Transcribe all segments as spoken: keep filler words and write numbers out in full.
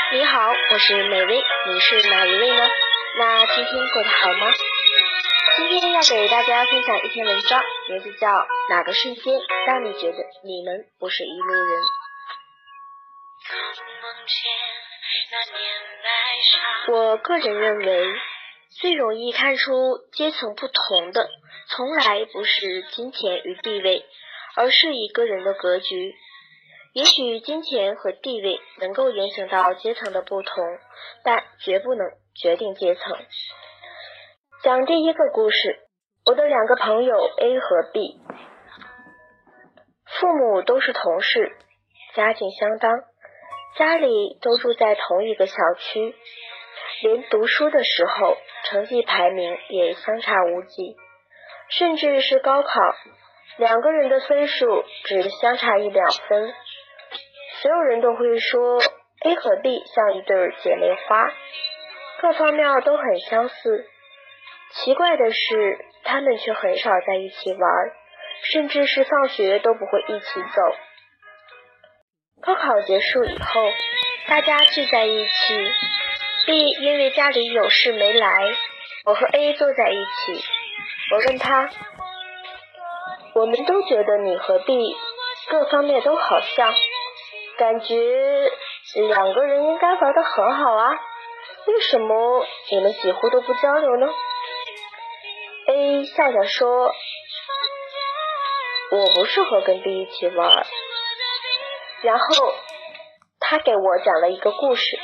你好，我是美薇，你是哪一位呢？那今天过得好吗？今天要给大家分享一篇文章，名字叫《哪个瞬间让你觉得你们不是一路人》。我个人认为，最容易看出阶层不同的，从来不是金钱与地位，而是一个人的格局。也许金钱和地位能够影响到阶层的不同，但绝不能决定阶层。讲第一个故事，我的两个朋友 A 和 B， 父母都是同事，家境相当，家里都住在同一个小区，连读书的时候成绩排名也相差无几，甚至是高考，两个人的分数只相差一两分。所有人都会说 A 和 B 像一对姐妹花，各方面都很相似。奇怪的是，他们却很少在一起玩，甚至是放学都不会一起走。高考结束以后，大家聚在一起， B 因为家里有事没来，我和 A 坐在一起。我问他，我们都觉得你和 B 各方面都好像，感觉两个人应该玩得很好啊，为什么你们几乎都不交流呢？ A 笑着说，我不适合跟 B 一起玩。然后他给我讲了一个故事。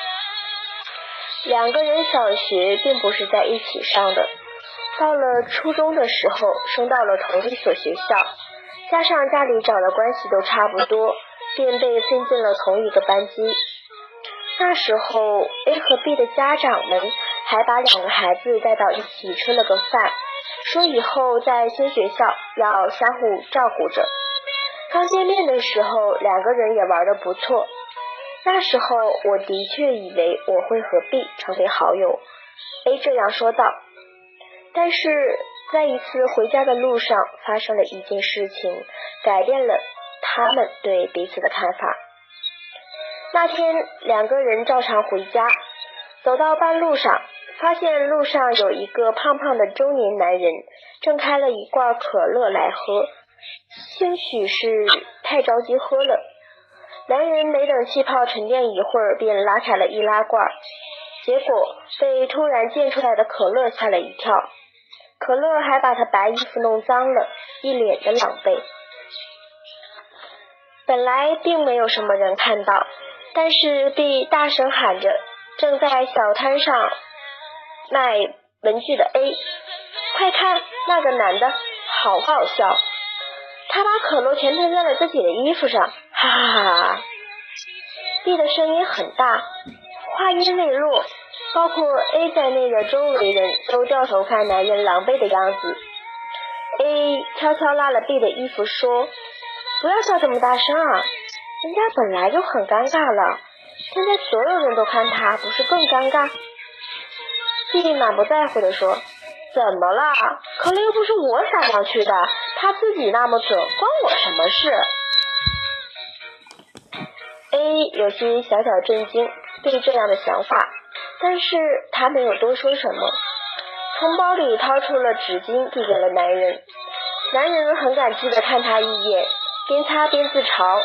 两个人小学并不是在一起上的，到了初中的时候升到了同一所学校，加上家里找的关系都差不多，便被分进了同一个班级。那时候 A 和 B 的家长们还把两个孩子带到一起吃了个饭，说以后在新学校要相互照顾着。刚见面的时候两个人也玩得不错，那时候我的确以为我会和 B 成为好友， A 这样说道。但是在一次回家的路上发生了一件事情，改变了他们对彼此的看法。那天两个人照常回家，走到半路上，发现路上有一个胖胖的中年男人正开了一罐可乐来喝，兴许是太着急喝了，男人没等气泡沉淀一会儿便拉开了易拉罐，结果被突然溅出来的可乐吓了一跳，可乐还把他白衣服弄脏了，一脸的狼狈。本来并没有什么人看到，但是 B 大声喊着正在小摊上卖文具的 A， 快看那个男的好搞笑，他把可乐全喷在了自己的衣服上，哈哈哈哈。 B 的声音很大，话音未落，包括 A 在内的周围人都掉头看男人狼狈的样子。 A 悄悄拉了 B 的衣服说，不要笑这么大声啊，人家本来就很尴尬了，现在所有人都看他，不是更尴尬？ B 满不在乎地说，怎么了？可乐又不是我撒上去的，他自己那么准，关我什么事？ A 有些小小震惊对这样的想法，但是他没有多说什么，从包里掏出了纸巾递给了男人。男人很感激地看他一眼，边擦边自嘲，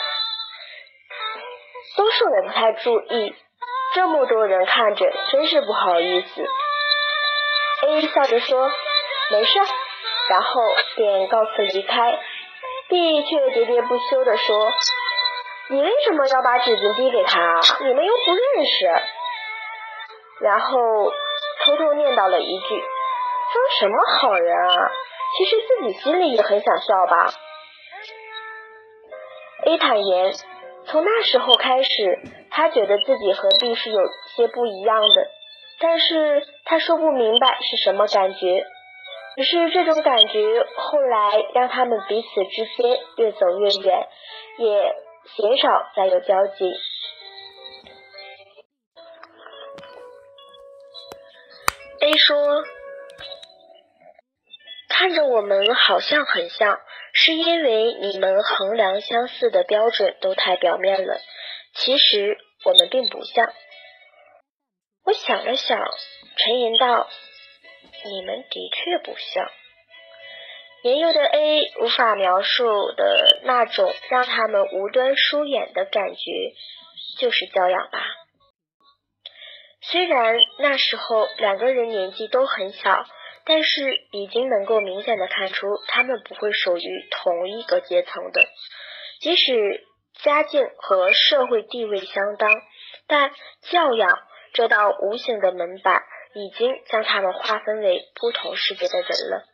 都是我不太注意，这么多人看着真是不好意思。 A 笑着说，没事，然后便告辞离开。 B 却喋喋不休地说，你为什么要把纸巾递给他？你们又不认识。然后偷偷念叨了一句，装什么好人啊，其实自己心里也很想笑吧。 A 坦言，从那时候开始，他觉得自己和 B 是有些不一样的，但是他说不明白是什么感觉，只是这种感觉后来让他们彼此之间越走越远，也鲜少再有交集。 A 说，看着我们好像很像，是因为你们衡量相似的标准都太表面了，其实我们并不像。 我想了想，沉吟道：“你们的确不像。”年幼的 A 无法描述的那种让他们无端疏远的感觉，就是教养吧。虽然那时候两个人年纪都很小，但是已经能够明显的看出他们不会属于同一个阶层的，即使家境和社会地位相当，但教养这道无形的门板已经将他们划分为不同世界的人了。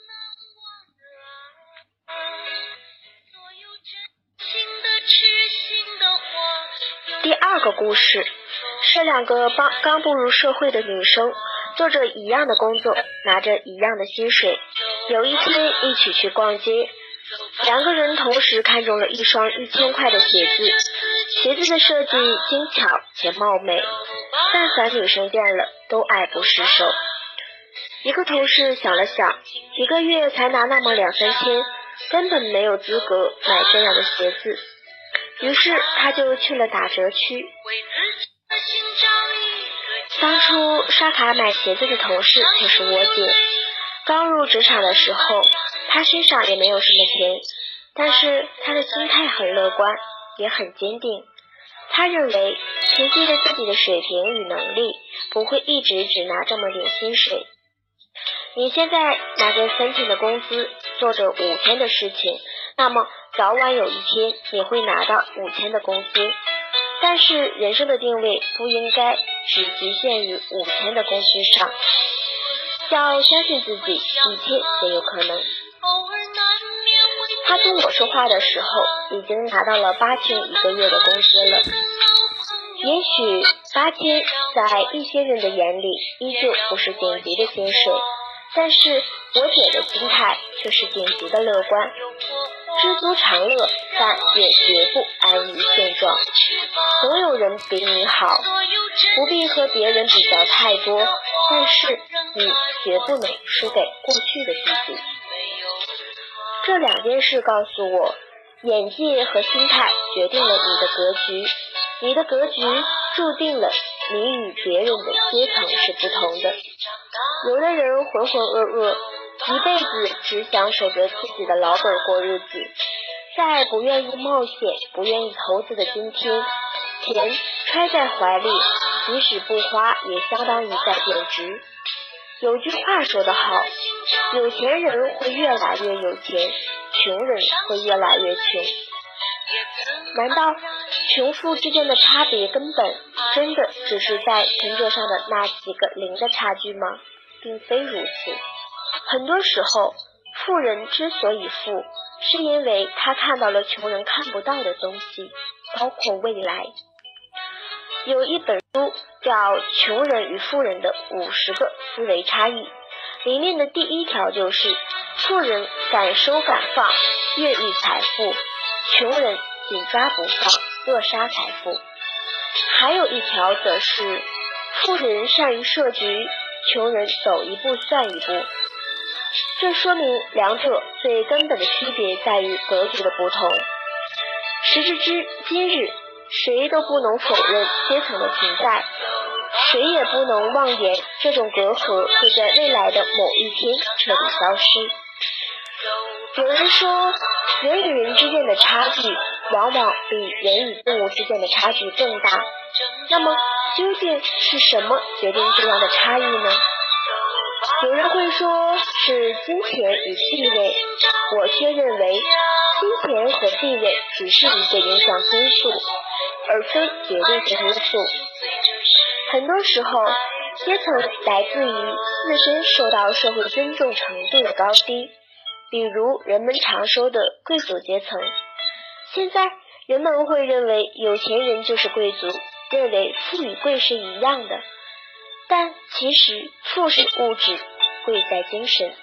第二个故事是两个刚刚步入社会的女生，做着一样的工作，拿着一样的薪水，有一天一起去逛街，两个人同时看中了一双一千块的鞋子，鞋子的设计精巧且貌美，但凡女生见了都爱不释手。一个同事想了想，一个月才拿那么两三千，根本没有资格买这样的鞋子，于是他就去了打折区。当初刷卡买鞋子的同事就是我姐，刚入职场的时候，她身上也没有什么钱，但是她的心态很乐观，也很坚定。她认为凭借着自己的水平与能力，不会一直只拿这么点薪水。你现在拿着三千的工资，做着五千的事情，那么早晚有一天你会拿到五千的工资。但是人生的定位不应该只局限于五千的工资上，要相信自己，一切皆有可能。他跟我说话的时候，已经拿到了八千一个月的工资了。也许八千在一些人的眼里依旧不是顶级的薪水，但是我姐的心态却是顶级的乐观，知足常乐，但也绝不安于现状。总有人比你好，不必和别人比较太多，但是你绝不能输给过去的自己。这两件事告诉我，眼界和心态决定了你的格局，你的格局注定了你与别人的阶层是不同的。有的人浑浑噩噩，一辈子只想守着自己的老本过日子，在不愿意冒险、不愿意投资的今天，钱揣在怀里，即使不花也相当于在贬值。有句话说得好，有钱人会越来越有钱，穷人会越来越穷。难道穷富之间的差别根本真的只是在存折上的那几个零的差距吗？并非如此。很多时候，富人之所以富，是因为他看到了穷人看不到的东西，包括未来。有一本书叫《穷人与富人的五十个思维差异》，里面的第一条就是，富人敢收敢放，越狱财富；穷人紧抓不放，扼杀财富。还有一条则是，富人善于设局，穷人走一步算一步。这说明两者最根本的区别在于格局的不同。时至之今日，谁都不能否认阶层的存在，谁也不能妄言这种隔阂会在未来的某一天彻底消失。有人说，人与人之间的差距往往比人与动物之间的差距更大。那么究竟是什么决定这样的差异呢？有人会说是金钱与地位，我却认为金钱和地位只是一个影响因素，而非决定性因素。很多时候，阶层来自于自身受到社会尊重程度的高低，比如人们常说的贵族阶层。现在人们会认为有钱人就是贵族，认为富与贵是一样的，但其实富是物质，贵在精神。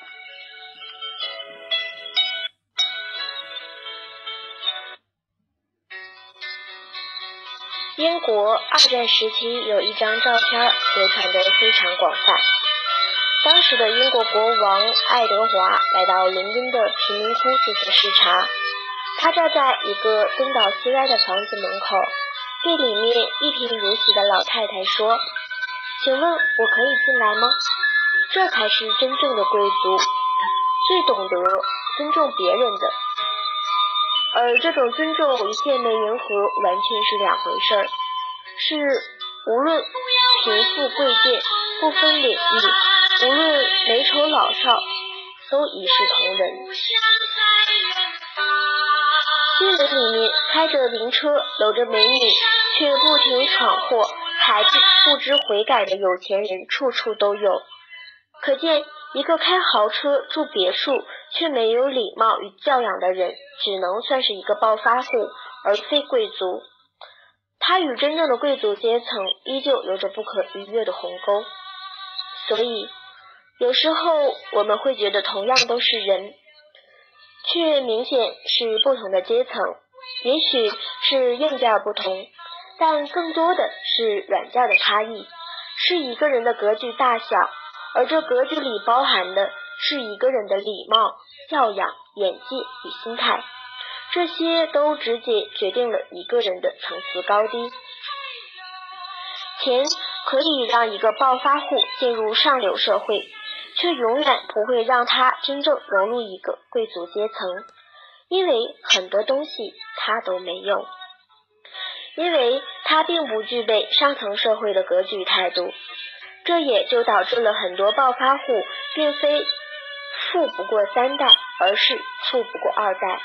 英国二战时期有一张照片流传得非常广泛。当时的英国国王爱德华来到伦敦的贫民窟进行视察，他站在一个东倒西歪的房子门口，对里面一贫如洗的老太太说：“ 请问我可以进来吗？这才是真正的贵族，最懂得尊重别人的。而这种尊重与献媚迎合完全是两回事儿，是无论贫富贵贱，不分领域，无论美丑老少，都一视同仁。新闻里面开着名车，搂着美女，却不停闯祸，还不知悔改的有钱人处处都有。可见一个开豪车住别墅却没有礼貌与教养的人，只能算是一个暴发户，而非贵族。他与真正的贵族阶层依旧有着不可逾越的鸿沟。所以有时候我们会觉得同样都是人，却明显是不同的阶层，也许是硬件不同，但更多的是软件的差异，是一个人的格局大小，而这格局里包含的是一个人的礼貌、教养、眼界与心态，这些都直接决定了一个人的层次高低。钱可以让一个暴发户进入上流社会，却永远不会让他真正融入一个贵族阶层，因为很多东西他都没有，因为他并不具备上层社会的格局态度。这也就导致了很多暴发户并非富不过三代，而是富不过二代。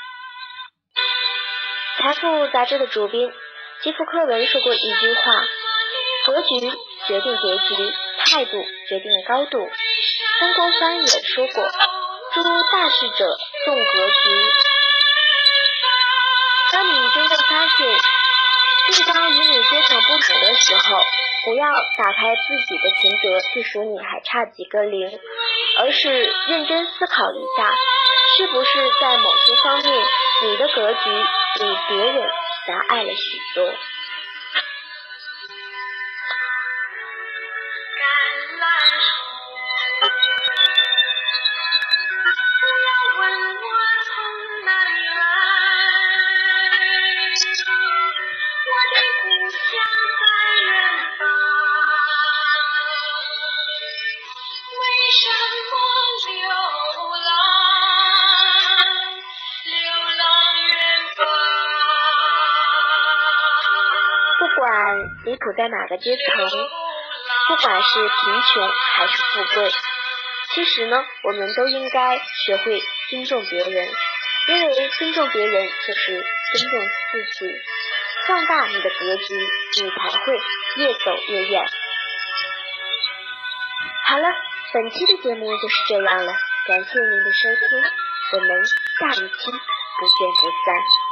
财富杂志的主编吉福克文说过一句话，格局决定结局，态度决定高度。曾国藩也说过，诸大事者重格局。当你真正发现对方与你阶层不同的时候，不要打开自己的存折去数你还差几个零，而是认真思考一下，是不是在某些方面你的格局比别人狭隘了许多。不管你处在哪个阶层，不管是贫穷还是富贵，其实呢，我们都应该学会尊重别人，因为尊重别人就是尊重自己，放大你的格局，你才会越走越远。好了，本期的节目就是这样了，感谢您的收听，我们下一期不见不散。